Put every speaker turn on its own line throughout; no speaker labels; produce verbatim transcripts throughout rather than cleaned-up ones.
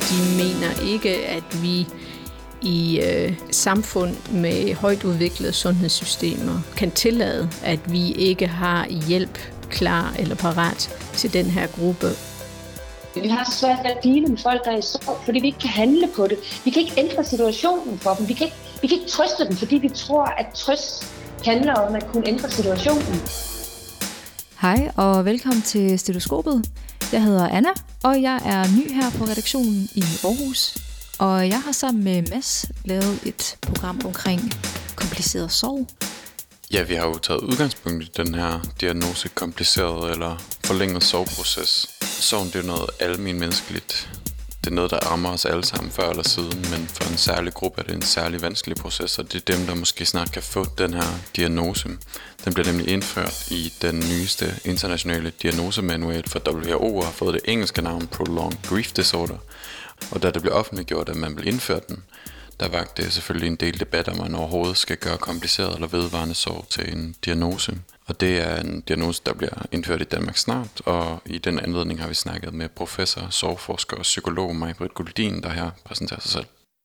de mener ikke, at vi i øh, samfund med højt udviklede sundhedssystemer kan tillade, at vi ikke har hjælp klar eller parat til den her gruppe.
Vi har så svært ved at dele med folk, der er i sorg, fordi vi ikke kan handle på det. Vi kan ikke ændre situationen for dem. Vi kan ikke, vi kan ikke trøste dem, fordi vi tror, at trøst handler om at kunne ændre situationen.
Hej og velkommen til Stetoskopet. Jeg hedder Anna, og jeg er ny her på redaktionen i Aarhus. Og jeg har sammen med Mads lavet et program omkring kompliceret sorg.
Ja, vi har jo taget udgangspunkt i den her diagnose kompliceret eller forlænget sorgproces. Sorgen, det er noget almenmenneskeligt. Det er noget, der rammer os alle sammen før eller siden, men for en særlig gruppe er det en særlig vanskelig proces, og det er dem, der måske snart kan få den her diagnose. Den bliver nemlig indført i den nyeste internationale diagnosemanual for W H O og har fået det engelske navn Prolonged Grief Disorder. Og da det blev offentliggjort, at man vil indføre den, der vagte det selvfølgelig en del debat om, at man overhovedet skal gøre kompliceret eller vedvarende sorg til en diagnose. Og det er en diagnose, der bliver indført i Danmark snart, og i den anledning har vi snakket med professor, sorgforsker og psykolog Maj-Britt Guldin, der her præsenterer sig selv.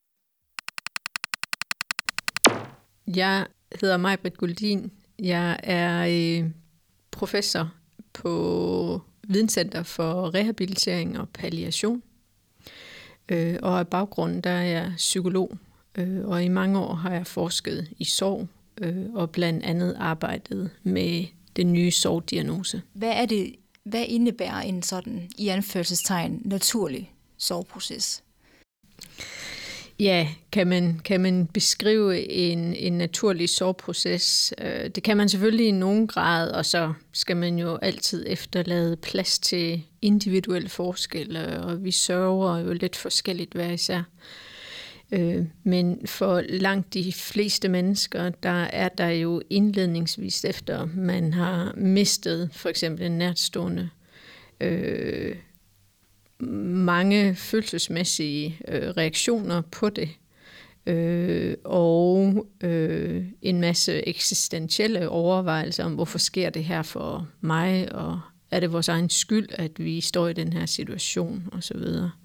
Jeg hedder Maj-Britt Guldin. Jeg er øh, professor på Videnscenter for Rehabilitering og Palliation. Øh, og af baggrunden der er jeg psykolog, øh, og i mange år har jeg forsket i sorg, øh, og blandt andet arbejdet med den nye sorgdiagnose.
Hvad er det, hvad indebærer en sådan, i anførselstegn, naturlig sorgproces?
Ja, kan man, kan man beskrive en, en naturlig sorgproces? Øh, det kan man selvfølgelig i nogen grad, og så skal man jo altid efterlade plads til individuelle forskelle, og vi sørger jo lidt forskelligt hver især. Øh, men for langt de fleste mennesker, der er der jo indledningsvis efter, man har mistet for eksempel en nærtstående, øh, mange følelsesmæssige øh, reaktioner på det, øh, og øh, en masse eksistentielle overvejelser om, hvorfor sker det her for mig, og er det vores egen skyld, at vi står i den her situation, osv.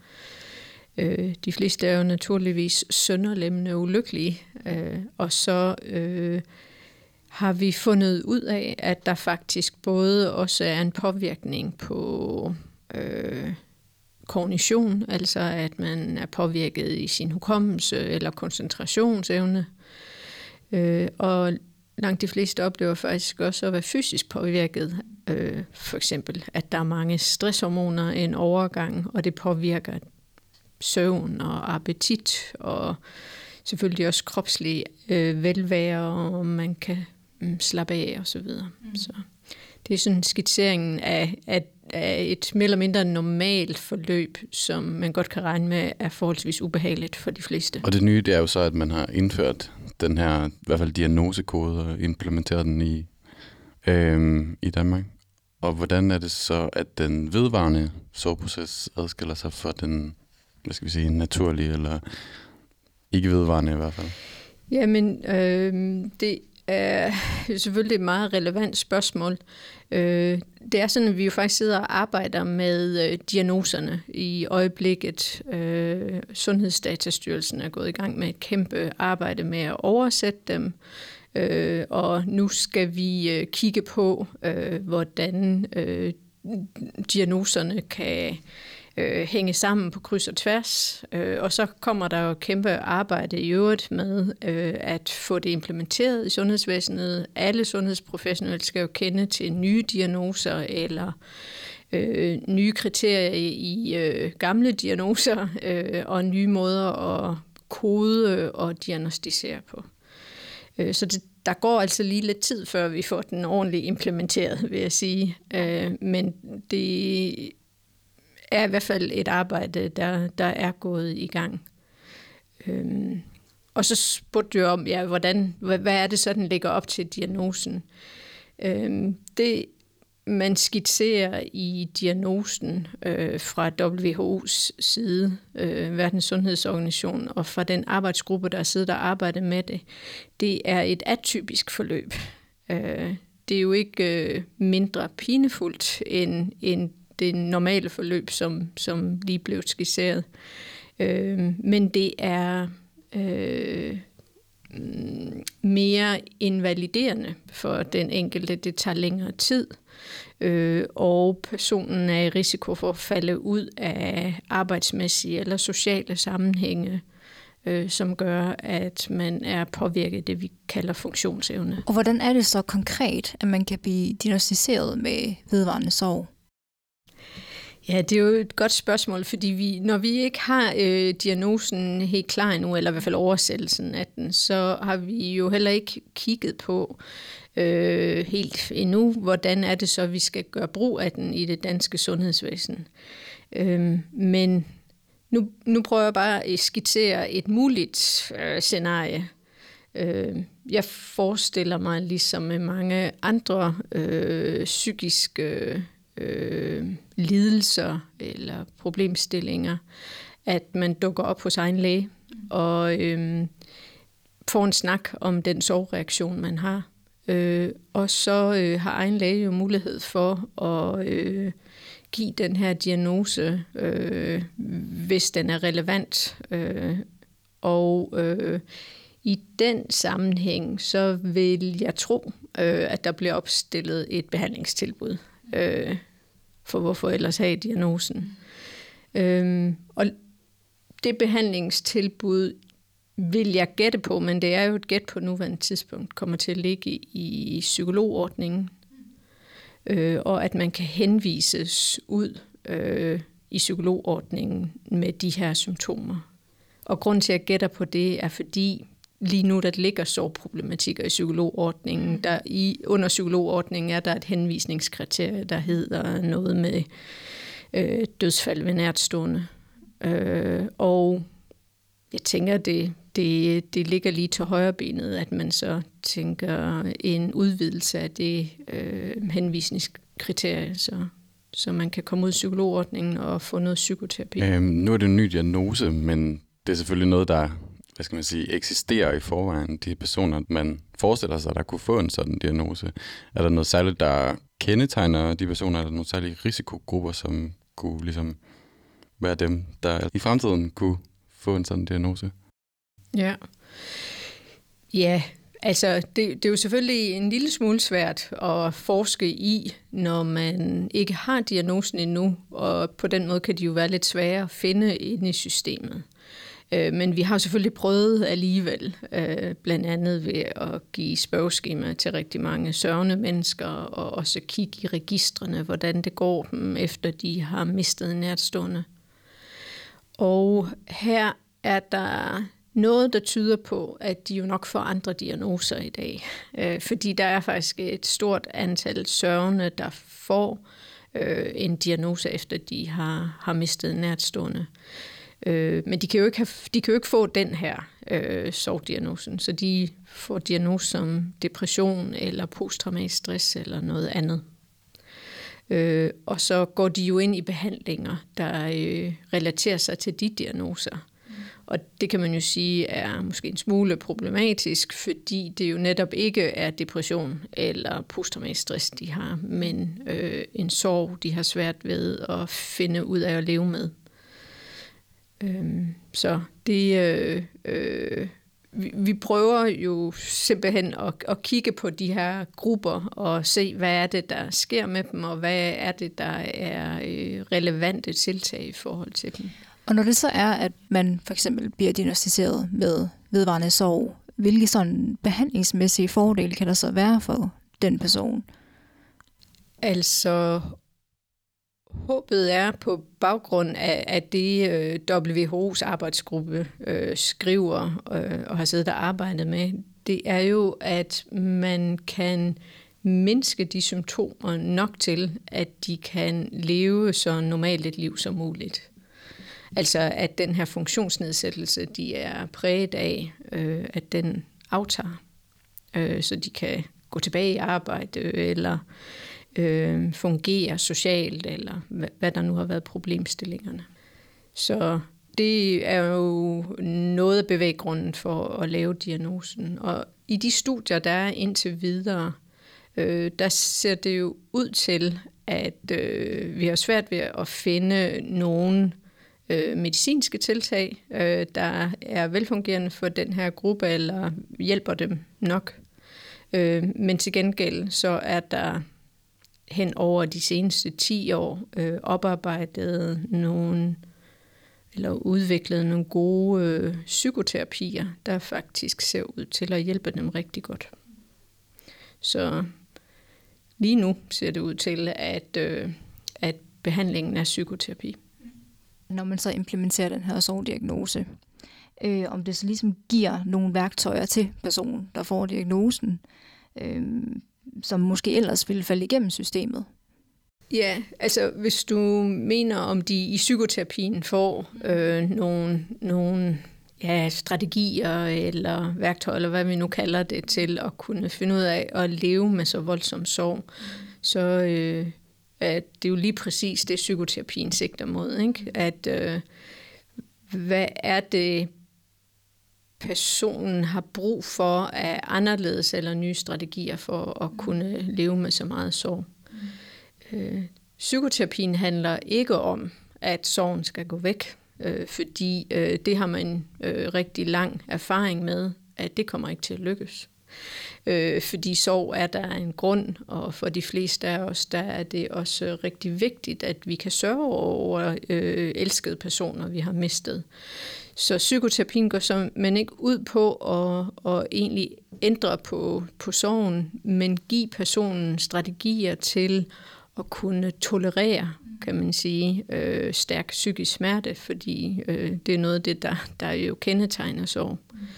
Øh, de fleste er jo naturligvis sønderlemmende ulykkelige, øh, og så øh, har vi fundet ud af, at der faktisk både også er en påvirkning på øh, kognition, altså at man er påvirket i sin hukommelse eller koncentrationsevne. Øh, og langt de fleste oplever faktisk også at være fysisk påvirket. Øh, for eksempel, at der er mange stresshormoner i en overgang, og det påvirker søvn og appetit, og selvfølgelig også kropslig øh, velvære, og man kan mm, slappe af og så videre. Mm. Så det er sådan skitseringen af, af, af et mere eller mindre normalt forløb, som man godt kan regne med er forholdsvis ubehageligt for de fleste.
Og det nye, det er jo så, at man har indført den her, i hvert fald diagnosekode, og implementeret den i, øh, i Danmark. Og hvordan er det så, at den vedvarende sorgproces adskiller sig fra den, hvad skal vi sige, naturlige, eller ikke vedvarende i hvert fald?
Jamen, øh, det er selvfølgelig et meget relevant spørgsmål. Øh, det er sådan, at vi jo faktisk sidder og arbejder med øh, diagnoserne i øjeblikket. Øh, Sundhedsdatastyrelsen er gået i gang med et kæmpe arbejde med at oversætte dem. Øh, og nu skal vi øh, kigge på, øh, hvordan øh, diagnoserne kan øh, hænge sammen på kryds og tværs. Øh, og så kommer der jo kæmpe arbejde i øvrigt med øh, at få det implementeret i sundhedsvæsenet. Alle sundhedsprofessionelle skal jo kende til nye diagnoser eller øh, nye kriterier i øh, gamle diagnoser øh, og nye måder at kode og diagnostisere på. Så det, der går altså lige lidt tid, før vi får den ordentligt implementeret, vil jeg sige. Men det er i hvert fald et arbejde, der, der er gået i gang. Og så spurgte du om, ja, hvordan, hvad, hvad er det så, den lægger op til diagnosen? Det, man skitserer i diagnosen øh, fra W H O's side, øh, Verdens Sundhedsorganisation, og fra den arbejdsgruppe, der sidder og arbejder med det, det er et atypisk forløb. Øh, det er jo ikke øh, mindre pinefuldt end, end det normale forløb, som, som lige blev skitseret. Øh, men det er øh, mere invaliderende for den enkelte. Det tager længere tid, øh, og personen er i risiko for at falde ud af arbejdsmæssige eller sociale sammenhænge, øh, som gør, at man er påvirket det, vi kalder funktionsevne.
Og hvordan er det så konkret, at man kan blive diagnosticeret med vedvarende sorg?
Ja, det er jo et godt spørgsmål, fordi vi, når vi ikke har øh, diagnosen helt klar endnu, eller i hvert fald oversættelsen af den, så har vi jo heller ikke kigget på øh, helt endnu, hvordan er det så, vi skal gøre brug af den i det danske sundhedsvæsen. Øh, men nu, nu prøver jeg bare at skitsere et muligt øh, scenarie. Øh, jeg forestiller mig, ligesom med mange andre øh, psykiske Øh, lidelser eller problemstillinger, at man dukker op hos egen læge og øh, får en snak om den sorgreaktion, man har. Øh, og så øh, har egen læge jo mulighed for at øh, give den her diagnose, øh, hvis den er relevant. Øh, og øh, i den sammenhæng, så vil jeg tro, øh, at der bliver opstillet et behandlingstilbud. Øh, for hvorfor ellers have diagnosen. Øhm, og det behandlingstilbud vil jeg gætte på, men det er jo et gæt på nuværende tidspunkt, kommer til at ligge i, i psykologordningen, øh, og at man kan henvises ud øh, i psykologordningen med de her symptomer. Og grunden til, at jeg gætter på det, er fordi lige nu, der ligger sorgproblematikker i psykologordningen. Der i, under psykologordningen er der et henvisningskriterie, der hedder noget med øh, dødsfald ved nærtstående. Øh, og jeg tænker, det, det, det ligger lige til højre benet, at man så tænker en udvidelse af det øh, henvisningskriterie, så, så man kan komme ud i psykologordningen og få noget psykoterapi.
Øhm, nu er det en ny diagnose, men det er selvfølgelig noget, der hvad skal man sige, eksisterer i forvejen. De personer, man forestiller sig, der kunne få en sådan diagnose. Er der noget særligt, der kendetegner de personer? Er der nogle særlige risikogrupper, som kunne ligesom være dem, der i fremtiden kunne få en sådan diagnose?
Ja, ja altså det, det er jo selvfølgelig en lille smule svært at forske i, når man ikke har diagnosen endnu, og på den måde kan de jo være lidt svære at finde inde i systemet. Men vi har selvfølgelig prøvet alligevel, blandt andet ved at give spørgeskemaer til rigtig mange sørgende mennesker, og også kigge i registrene, hvordan det går dem, efter de har mistet en nærtstående. Og her er der noget, der tyder på, at de jo nok får andre diagnoser i dag. Fordi der er faktisk et stort antal sørgende, der får en diagnose, efter de har, har mistet en nærtstående. Øh, men de kan, jo ikke have, de kan jo ikke få den her øh, sorgdiagnosen, så de får diagnose som depression eller posttraumatisk stress eller noget andet. Øh, og så går de jo ind i behandlinger, der øh, relaterer sig til de diagnoser. Mm. Og det kan man jo sige er måske en smule problematisk, fordi det jo netop ikke er depression eller posttraumatisk stress, de har, men øh, en sorg, de har svært ved at finde ud af at leve med. Så det, øh, øh, vi, vi prøver jo simpelthen at, at kigge på de her grupper og se, hvad er det, der sker med dem, og hvad er det, der er øh, relevante tiltag i forhold til dem.
Og når det så er, at man for eksempel bliver diagnosticeret med vedvarende sorg, hvilke sådan behandlingsmæssige fordele kan der så være for den person?
Altså, håbet er på baggrund af, af det øh, W H O's arbejdsgruppe øh, skriver øh, og har siddet og arbejdet med, det er jo, at man kan mindske de symptomer nok til, at de kan leve så normalt et liv som muligt. Altså at den her funktionsnedsættelse, de er præget af, øh, at den aftager, øh, så de kan gå tilbage i arbejde eller øh, fungere socialt, eller hvad, hvad der nu har været problemstillingerne. Så det er jo noget af bevæggrunden for at lave diagnosen. Og i de studier, der er indtil videre, øh, der ser det jo ud til, at øh, vi har svært ved at finde nogen øh, medicinske tiltag, øh, der er velfungerende for den her gruppe, eller hjælper dem nok. Øh, men til gengæld så er der hen over de seneste ti år øh, oparbejdet nogle, eller udviklet nogle gode øh, psykoterapier, der faktisk ser ud til at hjælpe dem rigtig godt. Så lige nu ser det ud til, at, øh, at behandlingen er psykoterapi.
Når man så implementerer den her sorgdiagnose, øh, om det så ligesom giver nogle værktøjer til personen, der får diagnosen, øh, som måske ellers ville falde igennem systemet.
Ja, altså hvis du mener, om de i psykoterapien får øh, nogle, nogle ja, strategier eller værktøjer, eller hvad vi nu kalder det, til at kunne finde ud af at leve med så voldsom sorg, så øh, at det er jo lige præcis det, psykoterapien sigter mod. Ikke? At øh, hvad er det, personen har brug for af anderledes eller nye strategier for at kunne leve med så meget sorg. Mm. Øh, psykoterapien handler ikke om, at sorgen skal gå væk, øh, fordi øh, det har man øh, rigtig lang erfaring med, at det kommer ikke til at lykkes. Øh, fordi sorg er der en grund, og for de fleste af os, der er det også rigtig vigtigt, at vi kan sørge over øh, elskede personer, vi har mistet. Så psykoterapien går så, men ikke ud på at, at egentlig ændre på, på sorgen, men give personen strategier til at kunne tolerere, kan man sige, øh, stærk psykisk smerte, fordi øh, det er noget af det, der, der jo kendetegner sorg.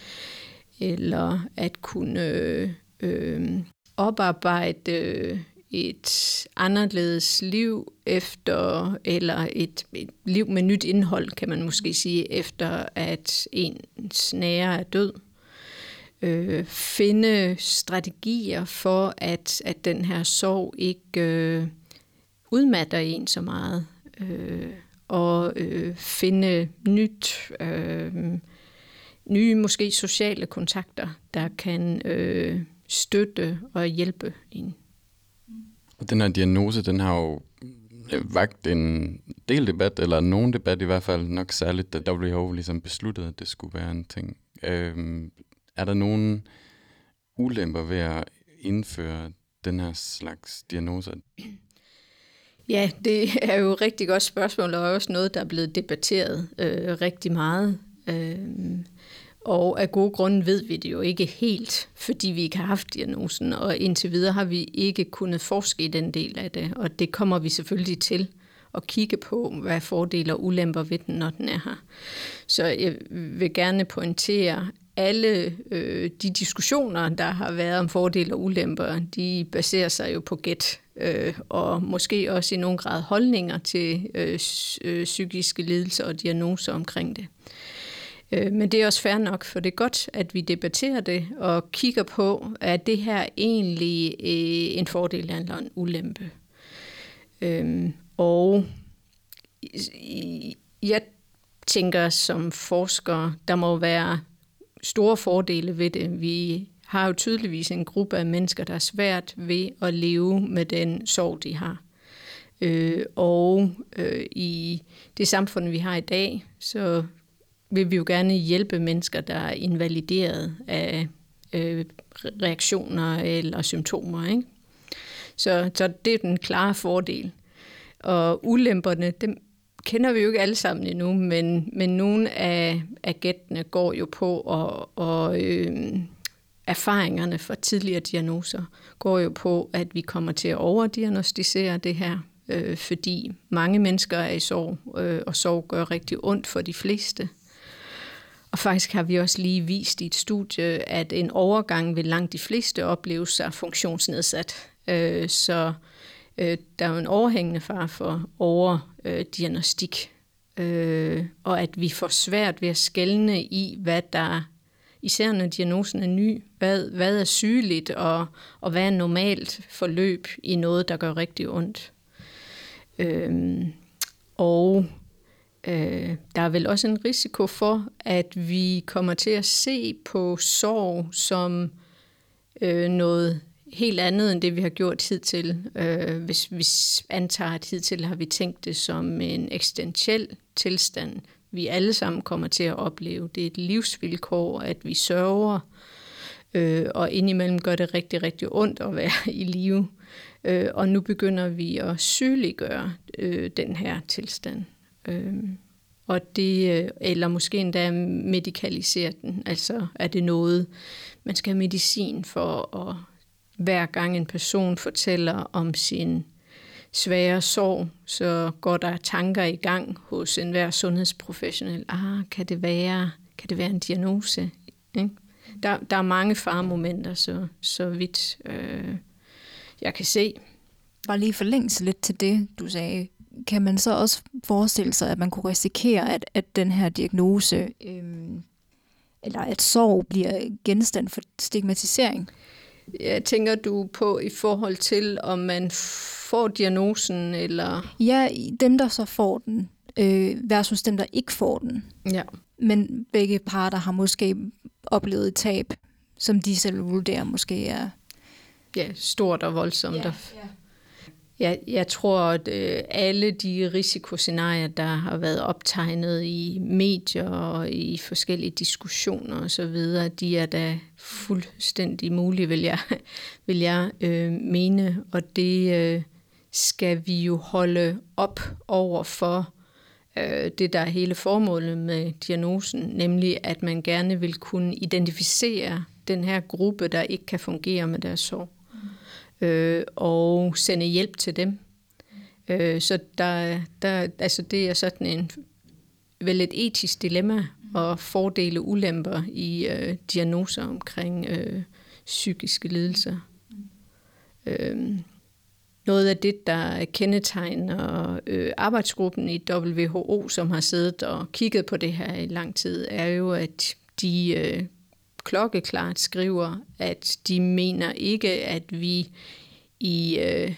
Eller at kunne øh, øh, oparbejde øh, et anderledes liv efter, eller et, et liv med nyt indhold, kan man måske sige, efter at ens nære er død. Øh, finde strategier for, at, at den her sorg ikke øh, udmatter en så meget. Øh, og øh, finde nyt, øh, nye måske sociale kontakter, der kan øh, støtte og hjælpe en.
Den her diagnose, den har jo vagt en del debat, eller nogen debat i hvert fald, nok særligt, da W H O ligesom besluttede, at det skulle være en ting. Øhm, er der nogen ulemper ved at indføre den her slags diagnoser?
Ja, det er jo et rigtig godt spørgsmål, og også noget, der er blevet debatteret øh, rigtig meget. Øh, og af gode grunde ved vi det jo ikke helt, fordi vi ikke har haft diagnosen, og indtil videre har vi ikke kunnet forske i den del af det, og det kommer vi selvfølgelig til at kigge på, hvad fordele og ulemper ved den, når den er her. Så jeg vil gerne pointere, alle øh, de diskussioner, der har været om fordele og ulemper, de baserer sig jo på gæt, øh, og måske også i nogen grad holdninger til øh, psykiske lidelser og diagnoser omkring det. Men det er også fair nok, for det er godt, at vi debatterer det og kigger på, at det her egentlig en fordel eller en ulempe. Og jeg tænker som forsker, der må være store fordele ved det. Vi har jo tydeligvis en gruppe af mennesker, der er svært ved at leve med den sorg, de har. Og i det samfund, vi har i dag, så vil vi jo gerne hjælpe mennesker, der er invalideret af øh, reaktioner eller symptomer. Ikke? Så, så det er den klare fordel. Og ulemperne, dem kender vi jo ikke alle sammen endnu, men, men nogle af, af gættene går jo på, og, og øh, erfaringerne fra tidligere diagnoser går jo på, at vi kommer til at overdiagnostisere det her, øh, fordi mange mennesker er i sorg, øh, og sorg gør rigtig ondt for de fleste. Og faktisk har vi også lige vist i et studie, at en overgang vil langt de fleste opleve sig funktionsnedsat. Så der er jo en overhængende fare for overdiagnostik, og at vi får svært ved at skelne i, hvad der, især når diagnosen er ny, hvad, hvad er sygeligt, og, og hvad er normalt forløb i noget, der gør rigtig ondt. Og Øh, der er vel også en risiko for, at vi kommer til at se på sorg som øh, noget helt andet end det, vi har gjort hidtil. Øh, hvis vi antager, at hidtil har vi tænkt det som en eksistentiel tilstand, vi alle sammen kommer til at opleve. Det er et livsvilkår, at vi sørger, øh, og indimellem gør det rigtig, rigtig ondt at være i live. Øh, og nu begynder vi at sygeliggøre øh, den her tilstand. Øh, og det, eller måske endda medikalisere den. Altså er det noget, man skal have medicin for, og hver gang en person fortæller om sin svære sorg, så går der tanker i gang hos enhver sundhedsprofessionel. Ah, kan det være, kan det være en diagnose? Ikke? Der, der er mange faremomenter, så, så vidt øh, jeg kan se.
Bare lige forlængelse lidt til det, du sagde. Kan man så også forestille sig, at man kunne risikere, at, at den her diagnose, øhm, eller at sorg bliver genstand for stigmatisering?
Jeg tænker du på i forhold til, om man får diagnosen, eller?
Ja, dem der så får den, øh, versus dem der ikke får den.
Ja.
Men begge parter har måske oplevet et tab, som de selv vurderer måske er...
Ja, stort og voldsomt.
Ja, ja.
Jeg, jeg tror, at øh, alle de risikoscenarier, der har været optegnet i medier og i forskellige diskussioner osv., de er da fuldstændig mulige, vil jeg, vil jeg øh, mene. Og det øh, skal vi jo holde op over for øh, det, der er hele formålet med diagnosen, nemlig at man gerne vil kunne identificere den her gruppe, der ikke kan fungere med deres sorg. Øh, og sende hjælp til dem. Øh, så der, der, altså det er sådan en, vel et etisk dilemma og fordele ulemper i øh, diagnoser omkring øh, psykiske lidelser. Øh, noget af det, der kendetegner øh, arbejdsgruppen i W H O, som har siddet og kigget på det her i lang tid, er jo, at de øh, klokkeklart skriver, at de mener ikke, at vi i øh,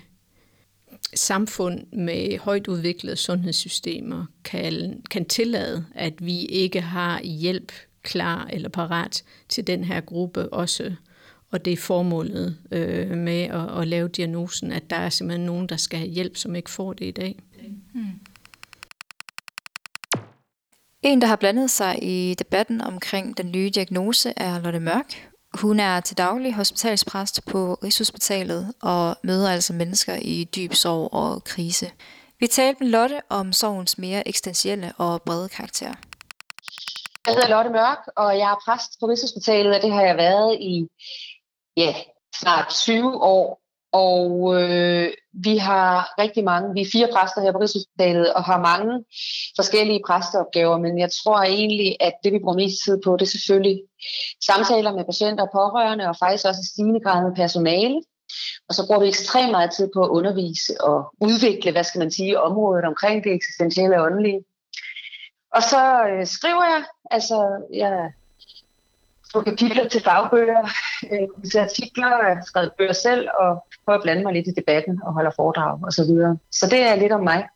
samfund med højt udviklede sundhedssystemer kan, kan tillade, at vi ikke har hjælp klar eller parat til den her gruppe også. Og det er formålet øh, med at, at lave diagnosen, at der er simpelthen nogen, der skal have hjælp, som ikke får det i dag. Hmm.
En, der har blandet sig i debatten omkring den nye diagnose, er Lotte Mørk. Hun er til daglig hospitalspræst på Rigshospitalet og møder altså mennesker i dyb sorg og krise. Vi talte med Lotte om sorgens mere eksistentielle og brede karakter.
Jeg hedder Lotte Mørk, og jeg er præst på Rigshospitalet, og det har jeg været i ja, snart tyve år. Og øh, vi har rigtig mange, vi er fire præster her på Rigshospitalet, og har mange forskellige præsteopgaver, men jeg tror egentlig, at det vi bruger mest tid på, det er selvfølgelig samtaler med patienter og pårørende, og faktisk også i stigende grad med personale. Og så bruger vi ekstremt meget tid på at undervise og udvikle, hvad skal man sige, området omkring det eksistentielle og åndelige. Og så øh, skriver jeg, altså jeg får kapitler til fagbøger, øh, til artikler, jeg har skrevet bøger selv, og prøver at blande mig lidt i debatten og holder foredrag og så videre. Så det er lidt om mig.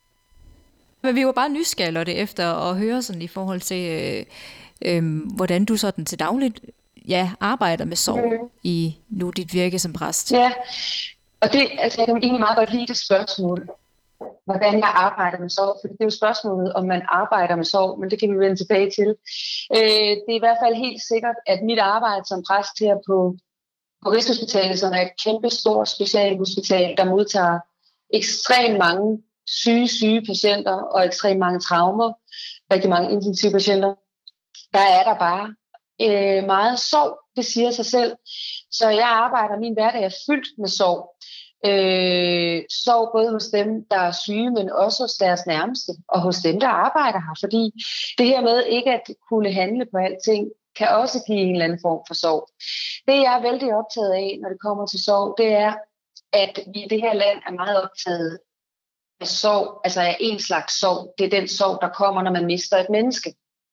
Men vi var bare nysgerrige, Lotte, efter at høre sådan i forhold til, øh, øh, hvordan du sådan til dagligt ja, arbejder med sorg mm. i nu dit virke som præst.
Ja, og det, altså, jeg kan egentlig meget godt lide det spørgsmål, hvordan jeg arbejder med sorg, for det er jo spørgsmålet, om man arbejder med sorg, men det kan vi vende tilbage til. Øh, det er i hvert fald helt sikkert, at mit arbejde som præst her på, på Rigshospitalet, som er et kæmpe stort specialhospital, der modtager ekstremt mange syge, syge patienter og ekstremt mange traumer, rigtig mange intensivpatienter, der er der bare øh, meget sorg, det siger sig selv. Så jeg arbejder, min hverdag er fyldt med sorg. Øh, sorg både hos dem, der er syge, men også hos deres nærmeste, og hos dem, der arbejder her. Fordi det her med ikke at kunne handle på alting, kan også give en eller anden form for sorg. Det jeg er vældig optaget af, når det kommer til sorg, det er, at vi i det her land er meget optaget af sorg, altså af en slags sorg. Det er den sorg, der kommer, når man mister et menneske.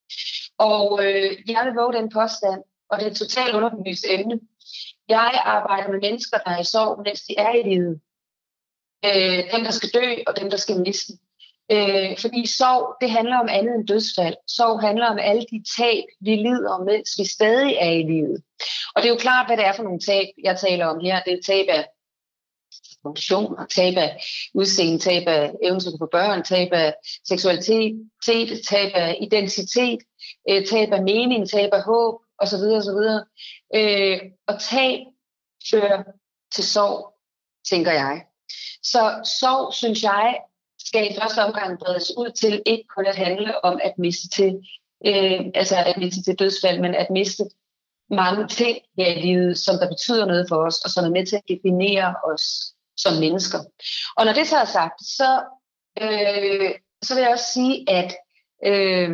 Og øh, jeg vil våge den påstand, og det er et totalt underbevist emne. Jeg arbejder med mennesker, der er i sorg, mens de er i livet. Øh, dem, der skal dø, og dem, der skal miste. Øh, fordi sorg, det handler om andet end dødsfald. Sorg handler om alle de tab, vi lider, mens vi stadig er i livet. Og det er jo klart, hvad det er for nogle tab, jeg taler om her. Det er tab af funktioner, tab af udseende, tab af evnen til at få børn, tab af seksualitet, tab af identitet, øh, tab af mening, tab af håb osv. osv. Øh, og tab fører til sorg, tænker jeg. Så sorg, synes jeg, skal i første omgang bredes ud til ikke kun at handle om at miste til, øh, altså at miste til dødsfald, men at miste mange ting her i livet, som der betyder noget for os, og som er med til at definere os som mennesker. Og når det så er sagt, så, øh, så vil jeg også sige, at øh,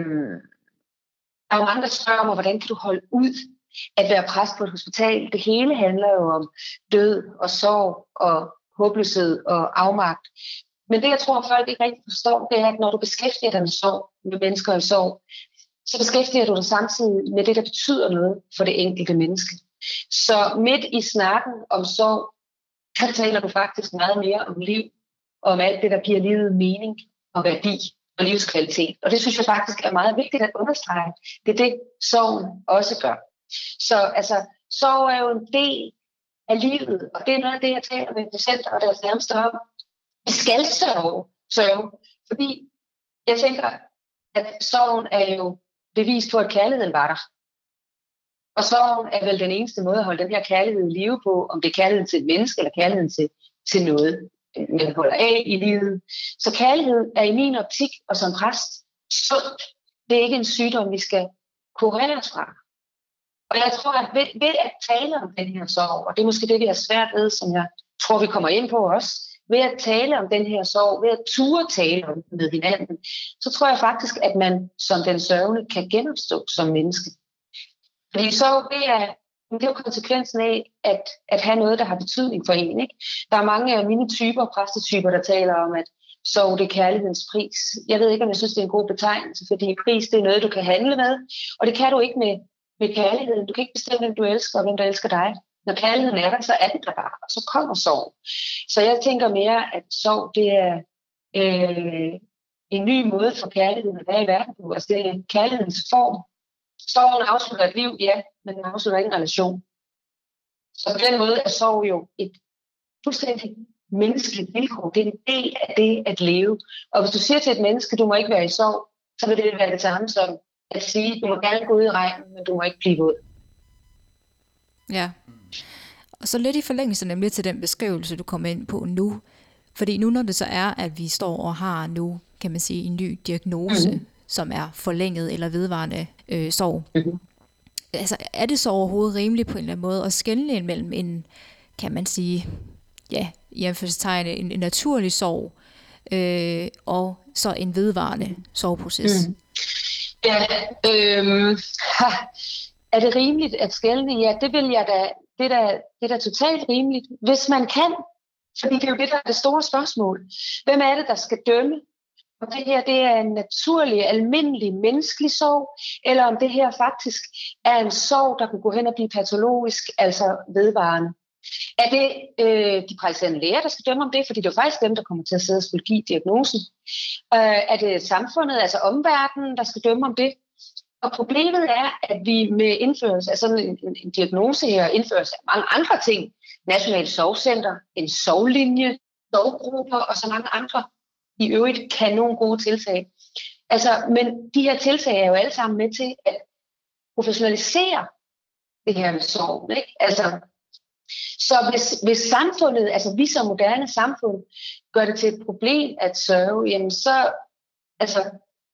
der er jo mange, der spørger mig, hvordan kan du holde ud at være præst på et hospital? Det hele handler jo om død og sorg og håbløshed og afmagt. Men det, jeg tror, folk ikke rigtig forstår, det er, at når du beskæftiger dig med sorg, med mennesker i sorg, så beskæftiger du dig samtidig med det, der betyder noget for det enkelte menneske. Så midt i snakken om sorg, der taler du faktisk meget mere om liv, og om alt det, der giver livet mening og værdi og livskvalitet. Og det synes jeg faktisk er meget vigtigt at understrege. Det er det, sorgen også gør. Så altså, sorg er jo en del af livet, og det er noget af det, jeg taler med patienter og deres nærmeste om. Vi skal sørge, sørge, fordi jeg tænker, at sorgen er jo bevis på, at kærligheden var der. Og sorgen er vel den eneste måde at holde den her kærlighed i live på, om det er kærligheden til et menneske eller kærligheden til, til noget, man holder af i livet. Så kærlighed er i min optik og som præst sundt. Det er ikke en sygdom, vi skal kureres fra. Og jeg tror, at ved, ved at tale om den her sorg, og det er måske det, vi har svært ved, som jeg tror, vi kommer ind på også, ved at tale om den her sorg, ved at ture tale om den med hinanden, så tror jeg faktisk, at man som den sørgende kan genopstå som menneske. Fordi sorg, det er, det er jo konsekvensen af at, at have noget, der har betydning for en. Ikke? Der er mange af mine typer, præstetyper, der taler om, at sorg, det er kærlighedens pris. Jeg ved ikke, om jeg synes, det er en god betegnelse, fordi pris, det er noget, du kan handle med, og det kan du ikke med, med kærligheden. Du kan ikke bestemme, hvem du elsker, og hvem der elsker dig. Når kærligheden er der, så er den der bare, og så kommer sorg. Så jeg tænker mere, at sorg, det er øh, en ny måde for kærligheden at være i verden på. Altså det er kærlighedens form. Sorgen afslutter et liv, ja, men den afslutter ikke en relation. Så på den måde er sorg jo et fuldstændig menneskeligt vilkår. Det er en del af det at leve. Og hvis du siger til et menneske, du må ikke være i sorg, så vil det være det samme som at sige, du må gerne gå ud i regnen, men du må ikke blive våd.
Ja. Og så lidt i forlængelse nemlig til den beskrivelse, du kommer ind på nu. Fordi nu når det så er, at vi står og har nu, kan man sige, en ny diagnose, mm-hmm. som er forlænget eller vedvarende øh, sorg. Mm-hmm. Altså er det så overhovedet rimeligt på en eller anden måde at skelne imellem en, kan man sige, ja, i anførselstegn, en, en naturlig sorg, øh, og så en vedvarende sorgproces? Mm.
Ja, øh, ha, er det rimeligt at skelne? Ja, det vil jeg da. Det er da, det er da totalt rimeligt, hvis man kan. Fordi det er jo det, der er det store spørgsmål. Hvem er det, der skal dømme? Om det her det er en naturlig, almindelig, menneskelig sorg, eller om det her faktisk er en sorg, der kan gå hen og blive patologisk, altså vedvarende. Er det øh, de praktiserende læger, der skal dømme om det? Fordi det er jo faktisk dem, der kommer til at sidde og skulle give diagnosen. Øh, er det samfundet, altså omverdenen, der skal dømme om det? Og problemet er, at vi med indførelse af sådan en, en, en diagnose her, indførelse af mange andre ting, Nationale Sorgcenter, en sorglinje, sorggrupper og så mange andre, i øvrigt kan nogle gode tiltag. Altså, men de her tiltag er jo alle sammen med til at professionalisere det her med sorg. Ikke? Altså, så hvis, hvis samfundet, altså vi som moderne samfund, gør det til et problem at sørge, jamen så, altså,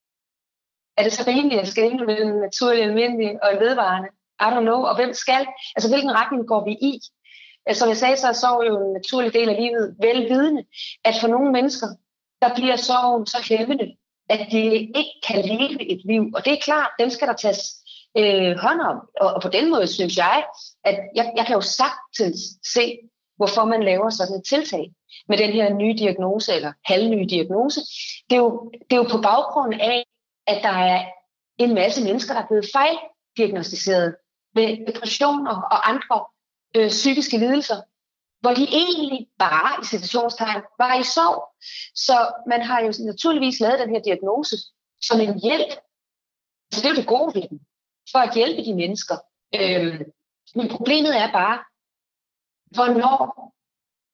er det så rimeligt, at det skal ende med en naturlig, almindelig og en vedvarende? I don't know. Og hvem skal? Altså, hvilken retning går vi i? Altså, som jeg sagde, så er sorg jo en naturlig del af livet, velvidende, at for nogle mennesker, der bliver sorgen så hæmmende, at de ikke kan leve et liv. Og det er klart, dem skal der tages øh, hånd om. Og, og på den måde synes jeg, at jeg, jeg kan jo sagtens se, hvorfor man laver sådan et tiltag med den her nye diagnose, eller halvnye diagnose. Det er jo, det er jo på baggrund af, at der er en masse mennesker, der er blevet fejldiagnostiseret med depressioner og andre øh, psykiske lidelser, hvor de egentlig bare i situationstegn var i sorg. Så man har jo naturligvis lavet den her diagnose som en hjælp. Så det er jo det gode ved den, for at hjælpe de mennesker. Øh, men problemet er bare, hvornår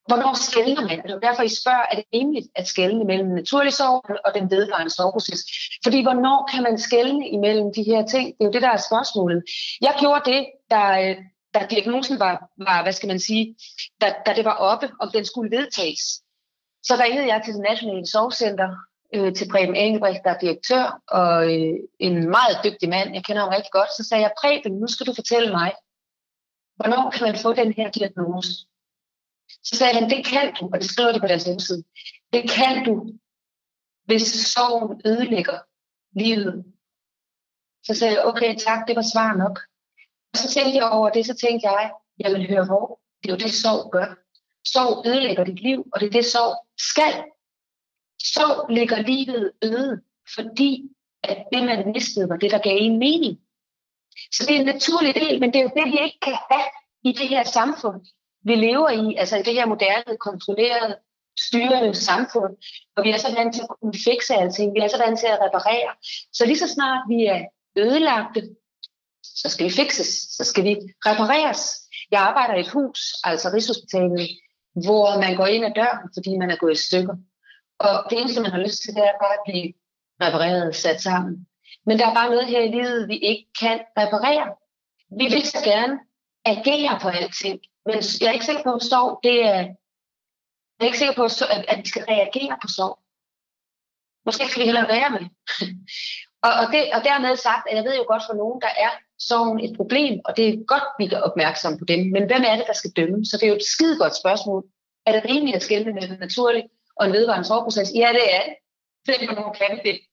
hvornår skelner man? Altså derfor I spørger, er det rimeligt at skelne mellem naturlig sorg og den vedvarende sorgproces? Fordi hvornår kan man skelne imellem de her ting? Det er jo det, der er spørgsmålet. Jeg gjorde det, der, da diagnosen var, var, hvad skal man sige, da, da det var oppe, om den skulle vedtages. Så ringede jeg til det nationale sorgcenter, øh, til Preben Engelbrecht, der er direktør, og øh, en meget dygtig mand, jeg kender ham rigtig godt. Så sagde jeg, Preben, nu skal du fortælle mig, hvornår kan man få den her diagnose? Så sagde han, det kan du, og det skriver de på deres hjemmeside. Det kan du, hvis sorgen ødelægger livet. Så sagde jeg, okay, tak, det var svar nok. Og så tænkte jeg over det, så tænkte jeg, jeg vil høre hvor. Det er jo det, sorg gør. Sorg ødelægger dit liv, og det er det, sorg skal. Sorg lægger livet øde, fordi at det, man mistede, var det, der gav en mening. Så det er en naturlig del, men det er jo det, vi ikke kan have i det her samfund, vi lever i, altså i det her moderne, kontrollerede, styrende samfund, og vi er så vant til at kunne fikse alting, vi er så vant til at reparere. Så lige så snart vi er ødelagte, så skal vi fikses, så skal vi repareres. Jeg arbejder i et hus, altså Rigshospitalet, hvor man går ind ad døren, fordi man er gået i stykker. Og det eneste, man har lyst til, det er bare at blive repareret, sat sammen. Men der er bare noget her i livet, vi ikke kan reparere. Vi vil så gerne agere på alting, men jeg er ikke sikker på, at sorg, det er... Jeg er ikke sikker på, at vi skal reagere på sorg. Måske skal vi hellere være med. og, og, det, og dermed sagt, at jeg ved jo godt for nogen, der er sorgen et problem, og det er godt, vi er opmærksomme på dem. Men hvem er det, der skal dømme? Så det er jo et skide godt spørgsmål. Er det rimeligt at skelne mellem naturlig og en vedvarende sorgproces? Ja, det er det. Det er nogen kan det.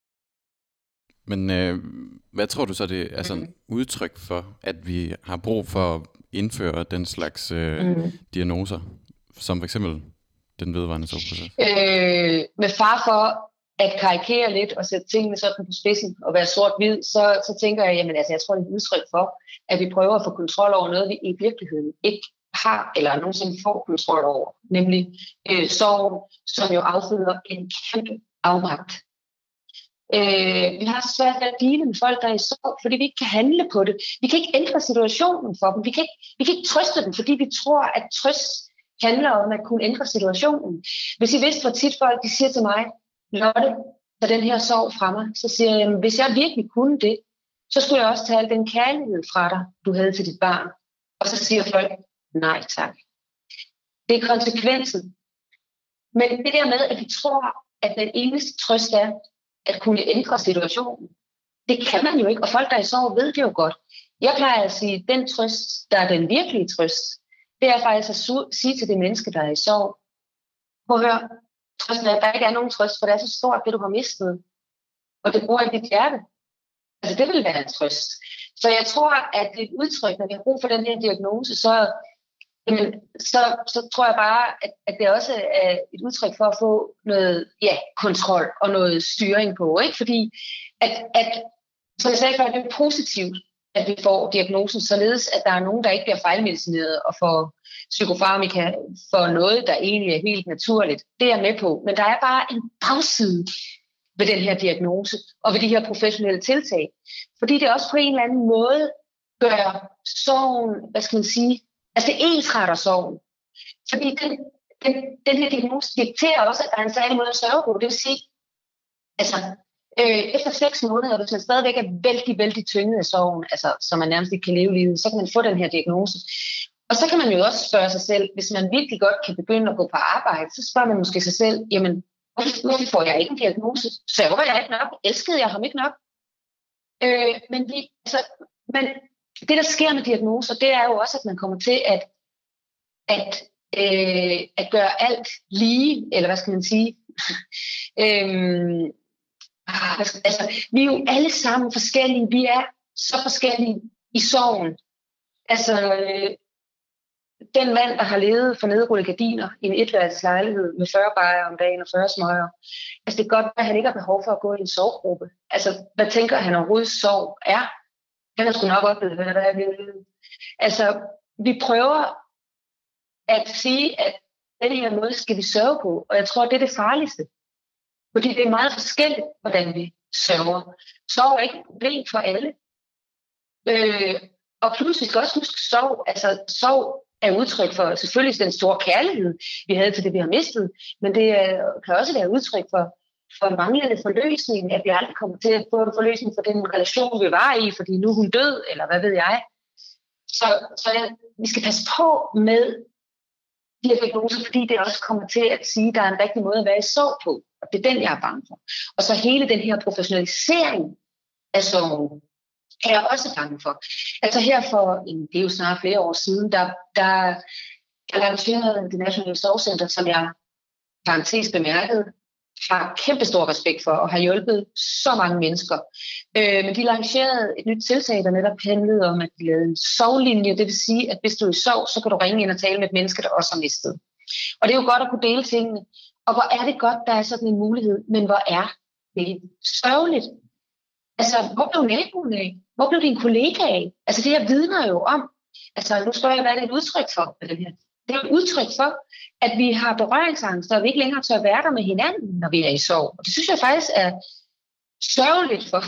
Men øh, hvad tror du så, det er sådan mm. udtryk for, at vi har brug for at indføre den slags øh, mm. diagnoser, som for eksempel den vedvarende sorgproces?
Øh, med far for at karikere lidt og sætte tingene sådan på spidsen og være sort-hvid, så, så tænker jeg, jamen altså, jeg tror, det er et udtryk for, at vi prøver at få kontrol over noget, vi i virkeligheden ikke har, eller nogensinde får kontrol over, nemlig øh, sorgen, som jo afføder en kæmpe afmagt. Øh, vi har så svært ved at dele med folk, der er i sorg, fordi vi ikke kan handle på det. Vi kan ikke ændre situationen for dem. Vi kan ikke, vi kan ikke trøste dem, fordi vi tror, at trøst handler om at kunne ændre situationen. Hvis I vidste, hvor tit folk de siger til mig, Lotte, tag den her sorg fra mig, så siger jeg, hvis jeg virkelig kunne det, så skulle jeg også tage al den kærlighed fra dig, du havde til dit barn. Og så siger folk, nej tak. Det er konsekvensen. Men det der med, at vi tror, at den eneste trøst er, at kunne ændre situationen, det kan man jo ikke. Og folk, der er i sorg, ved det jo godt. Jeg plejer at sige, at den trøst, der er den virkelige trøst, det er faktisk at su- sige til det menneske, der er i sorg, prøv at høre, trøsten er, at der ikke er nogen trøst, for det er så stort, det du har mistet. Og det bruger i dit hjerte. Altså det vil være en trøst. Så jeg tror, at det er et udtryk, når vi har brug for den her diagnose, så, jamen, så, så tror jeg bare, at, at det også er et udtryk for at få noget ja, kontrol og noget styring på. Ikke? Fordi, at, at, så jeg sagde før, det er positivt, at vi får diagnosen, således at der er nogen, der ikke bliver fejlmedicineret og får psykofarmika for noget, der egentlig er helt naturligt. Det er jeg med på. Men der er bare en bagside ved den her diagnose og ved de her professionelle tiltag. Fordi det også på en eller anden måde gør sorgen, hvad skal man sige, altså det ensretter sorgen. Fordi den, den, den her diagnose dikterer også, at der er en særlig måde at sørge på. Det vil sige, altså øh, efter seks måneder, hvis man stadigvæk er vældig, vældig tynget af sorgen, altså så man nærmest ikke kan leve livet, så kan man få den her diagnose. Og så kan man jo også spørge sig selv, hvis man virkelig godt kan begynde at gå på arbejde, så spørger man måske sig selv, jamen, hvorfor får jeg ikke en diagnose? Sørger jeg ikke nok? Elskede jeg ham ikke nok? Øh, men, vi, altså, men det, der sker med diagnoser, det er jo også, at man kommer til at, at, øh, at gøre alt lige, eller hvad skal man sige? øh, altså, vi er jo alle sammen forskellige. Vi er så forskellige i sorgen. Altså, øh, den mand, der har levet for nedrullede gardiner i en etværelseslejlighed med fyrre bajer om dagen og fyrre smøger, altså det er godt, at han ikke har behov for at gå i en sorggruppe. Altså, hvad tænker han overhovedet sorg er? Han har sgu nok oplevet, hvad der er ved. Altså, vi prøver at sige, at den her måde skal vi sørge på, og jeg tror, det er det farligste. Fordi det er meget forskelligt, hvordan vi sørger. Sorg er ikke et problem for alle. Øh, og pludselig skal også huske sorg. Altså, sorg er udtryk for selvfølgelig den store kærlighed, vi havde til det, vi har mistet, men det kan også være udtryk for, for en manglende forløsning, at vi aldrig kommer til at få en forløsning for den relation, vi var i, fordi nu er hun død, eller hvad ved jeg. Så, så ja, vi skal passe på med diagnoser, fordi det også kommer til at sige, at der er en rigtig måde at være i sorg på, og det er den, jeg er bange for. Og så hele den her professionalisering af sorgen, er jeg også bange for. Altså her for, det er jo snart flere år siden, der, der, der lancerede det Nationale Sorgcenter, som jeg parentes bemærket, har kæmpe stor respekt for, og har hjulpet så mange mennesker. Øh, men de lancerede et nyt tiltag, der netop handlede om, at de lavede en sorglinje. Det vil sige, at hvis du er i sorg, så kan du ringe ind og tale med et menneske, der også har mistet. Og det er jo godt at kunne dele tingene. Og hvor er det godt, der er sådan en mulighed, men hvor er det sørgeligt. Altså, hvor blev naboen af? Hvor blev din kollega af? Altså, det her vidner jo om, altså, nu spørger jeg, hvad er det et udtryk for det her? Det er et udtryk for, at vi har berøringsangst, og vi ikke længere tør være der med hinanden, når vi er i sorg. Og det synes jeg faktisk er sørgeligt for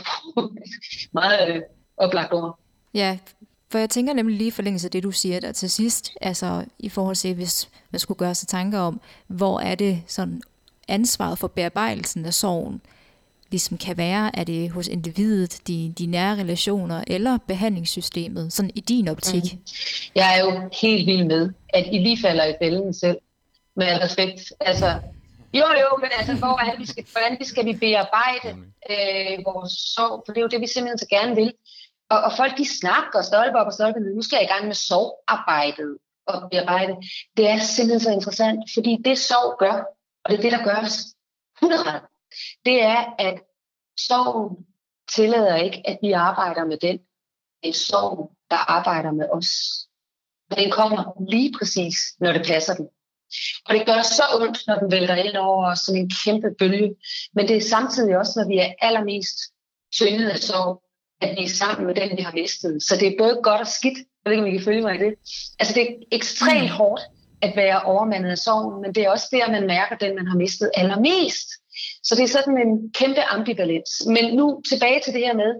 meget øh, oplagt ord.
Ja, for jeg tænker nemlig lige i forlængelse af det, du siger der til sidst, altså i forhold til, hvis man skulle gøre sig tanker om, hvor er det sådan ansvaret for bearbejdelsen af sorgen, ligesom kan være, er det hos individet, de, de nære relationer eller behandlingssystemet, sådan i din optik? Mm.
Jeg er jo helt vild med, at I lige falder i fælden selv, med respekt. Altså, jo jo, men altså, hvor er det, vi skal, hvordan skal vi bearbejde øh, vores sorg? For det er jo det, vi simpelthen så gerne vil. Og, og folk, de snakker og stolper op og stolper ned. Nu skal jeg i gang med sorgarbejdet og bearbejde. Det er simpelthen så interessant, fordi det sorg gør, og det er det, der gør os hundrede, det er, at sorgen tillader ikke, at vi arbejder med den. Det er sorgen, der arbejder med os. Og den kommer lige præcis, når det passer den. Og det gør så ondt, når den vælter ind over os som en kæmpe bølge. Men det er samtidig også, når vi er allermest tynget af sorg, at vi er sammen med den, vi har mistet. Så det er både godt og skidt. Jeg ved ikke, om I kan følge mig i det. Altså, det er ekstremt hårdt at være overmandet af sorgen, men det er også der, man mærker den, man har mistet allermest. Så det er sådan en kæmpe ambivalens. Men nu tilbage til det her med,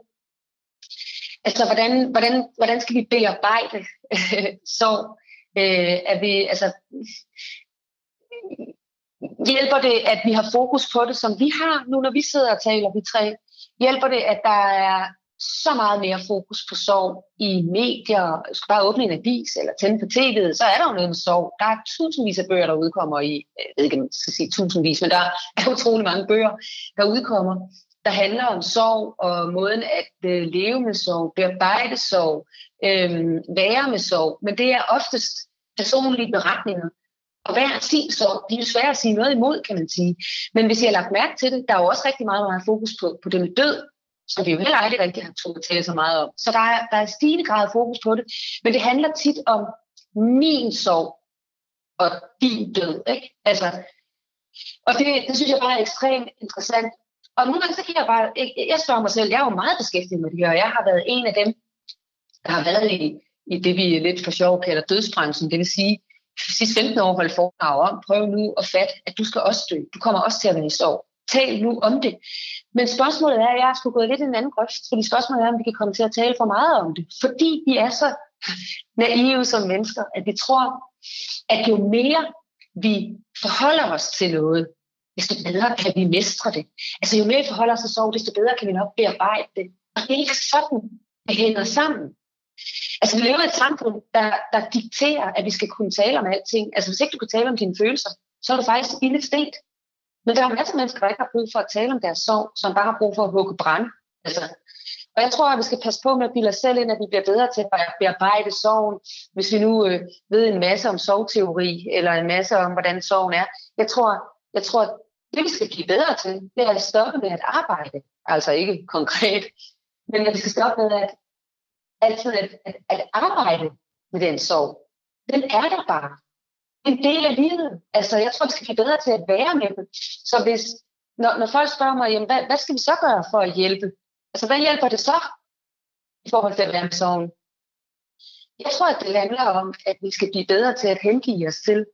altså hvordan, hvordan, hvordan skal vi bearbejde øh, sorg? Øh, at vi, altså, hjælper det, at vi har fokus på det, som vi har nu, når vi sidder og taler, vi tre? Hjælper det, at der er så meget mere fokus på sorg i medier? Du skal bare åbne en avis eller tænde på tv'et, så er der jo noget med sorg. Der er tusindvis af bøger, der udkommer i, jeg ved ikke, om jeg skal sige tusindvis, men der er utrolig mange bøger, der udkommer, der handler om sorg og måden at øh, leve med sorg, bearbejde sorg, øh, være med sorg. Men det er oftest personlige beretninger. Og hver sin sorg, det er jo svært at sige noget imod, kan man sige. Men hvis I har lagt mærke til det, der er jo også rigtig meget, meget fokus på, på det med død, som vi jo heller aldrig rigtig har talt tale så meget om. Så der er, der er stigende grad fokus på det. Men det handler tit om min sorg og din død. Ikke? Altså, og det, det synes jeg bare er ekstremt interessant. Og nogle gange så kan jeg bare, jeg, jeg spørger mig selv, jeg er jo meget beskæftiget med det her, og jeg har været en af dem, der har været i, i det, vi lidt for sjov kalder dødsbranchen. Det vil sige, de sidste femten år holde foredrag om, prøv nu at fatte, at du skal også dø. Du kommer også til at være i sorg. Tal nu om det. Men spørgsmålet er, at jeg skulle gået lidt i en anden grøft, fordi spørgsmålet er, om vi kan komme til at tale for meget om det. Fordi vi er så naive som mennesker, at vi tror, at jo mere vi forholder os til noget, desto bedre kan vi mestre det. Altså jo mere vi forholder os til sorg, desto bedre kan vi nok bearbejde det. Og det er ikke sådan, det hænger sammen. Altså vi lever i et samfund, der, der dikterer, at vi skal kunne tale om alting. Altså hvis ikke du kan tale om dine følelser, så er du faktisk ilde stedt. Men der er masser af mennesker, der ikke har brug for at tale om deres sorg, som bare har brug for at hugge brand. Altså, og jeg tror, at vi skal passe på med at bilde os selv ind, at vi bliver bedre til at bearbejde sorgen, hvis vi nu øh, ved en masse om sorgteori, eller en masse om, hvordan sorgen er. Jeg tror, jeg tror, at det vi skal blive bedre til, det er at stoppe med at arbejde. Altså ikke konkret, men at vi skal stoppe med at altid at, at, at arbejde med den sorg. Den er der bare. En del af livet. Altså, jeg tror, vi skal blive bedre til at være med dem. Så hvis, når, når folk spørger mig, jamen, hvad, hvad skal vi så gøre for at hjælpe? Altså, hvad hjælper det så i forhold til at være med sorgen? Jeg tror, at det handler om, at vi skal blive bedre til at hengive os til,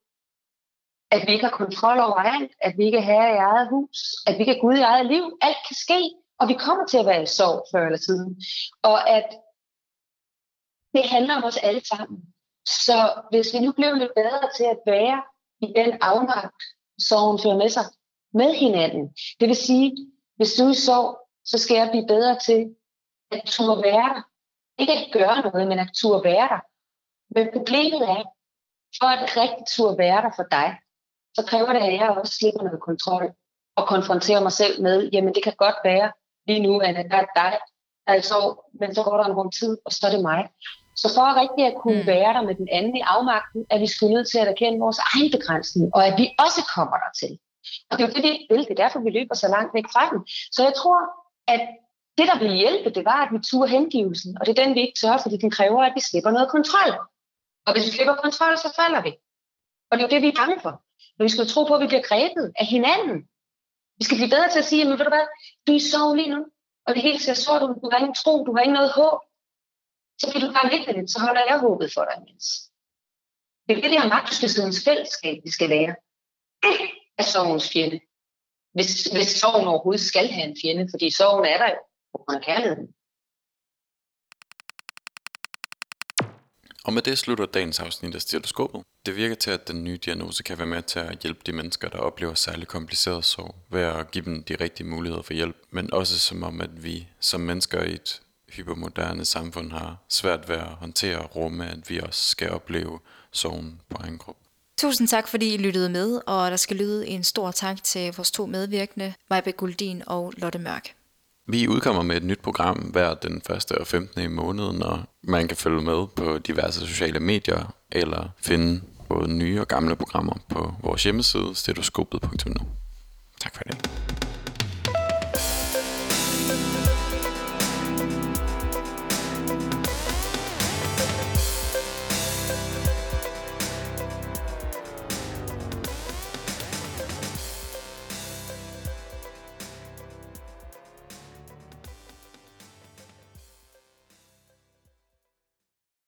at vi ikke har kontrol over alt, at vi ikke er herre i eget hus, at vi ikke er Gud i eget liv. Alt kan ske, og vi kommer til at være i sorg før eller siden. Og at det handler om os alle sammen. Så hvis vi nu blev lidt bedre til at være i den afmagt, sorgen fører med sig, med hinanden. Det vil sige, hvis du er i sorg, så skal jeg blive bedre til at turde være der. Ikke at gøre noget, men at turde være der. Men problemet er, for at rigtig turde være der for dig, så kræver det, at jeg også slipper noget kontrol og konfronterer mig selv med, jamen det kan godt være lige nu, at der er dig, altså, men så går der en rum tid, og så er det mig. Så for at rigtig at kunne mm. være der med den anden i afmagten, er vi sgu nødt til at erkende vores egen begrænsning, og at vi også kommer der til. Og det er jo det, vi ikke vil. Det er derfor, vi løber så langt væk fra den. Så jeg tror, at det, der ville hjælpe, det var, at vi turde hengivelsen, og det er den, vi ikke tør, fordi den kræver, at vi slipper noget kontrol. Og hvis vi slipper kontrol, så falder vi. Og det er jo det, vi er bange for. Men vi skal jo tro på, at vi bliver grebet af hinanden. Vi skal blive bedre til at sige, men ved du hvad, du er i sorg lige nu, og det hele ser sort ud, du har ingen tro, du har ikke noget håb. Så bliver du bare lidt af det, så holder jeg håbet for dig imens. Det er det, det her magtbeslutningens fællesskab, vi skal være. Det er sorgens fjende. Hvis, hvis sorgen overhovedet skal have en fjende, fordi sorgen er der jo på grund af kærligheden.
Og med det slutter dagens afsnit af Stetoskopet. Det virker til, at den nye diagnose kan være med til at hjælpe de mennesker, der oplever særlig kompliceret sorg, ved at give dem de rigtige muligheder for hjælp, men også som om, at vi som mennesker i et hypermoderne samfund har svært ved at håndtere og rumme, at vi også skal opleve sorgen på egen krop.
Tusind tak, fordi I lyttede med, og der skal lyde en stor tak til vores to medvirkende, Majbæk Guldin og Lotte Mørk.
Vi udkommer med et nyt program hver den første og femtende i måneden, og man kan følge med på diverse sociale medier, eller finde både nye og gamle programmer på vores hjemmeside stetoskopet punktum nu. Tak for det.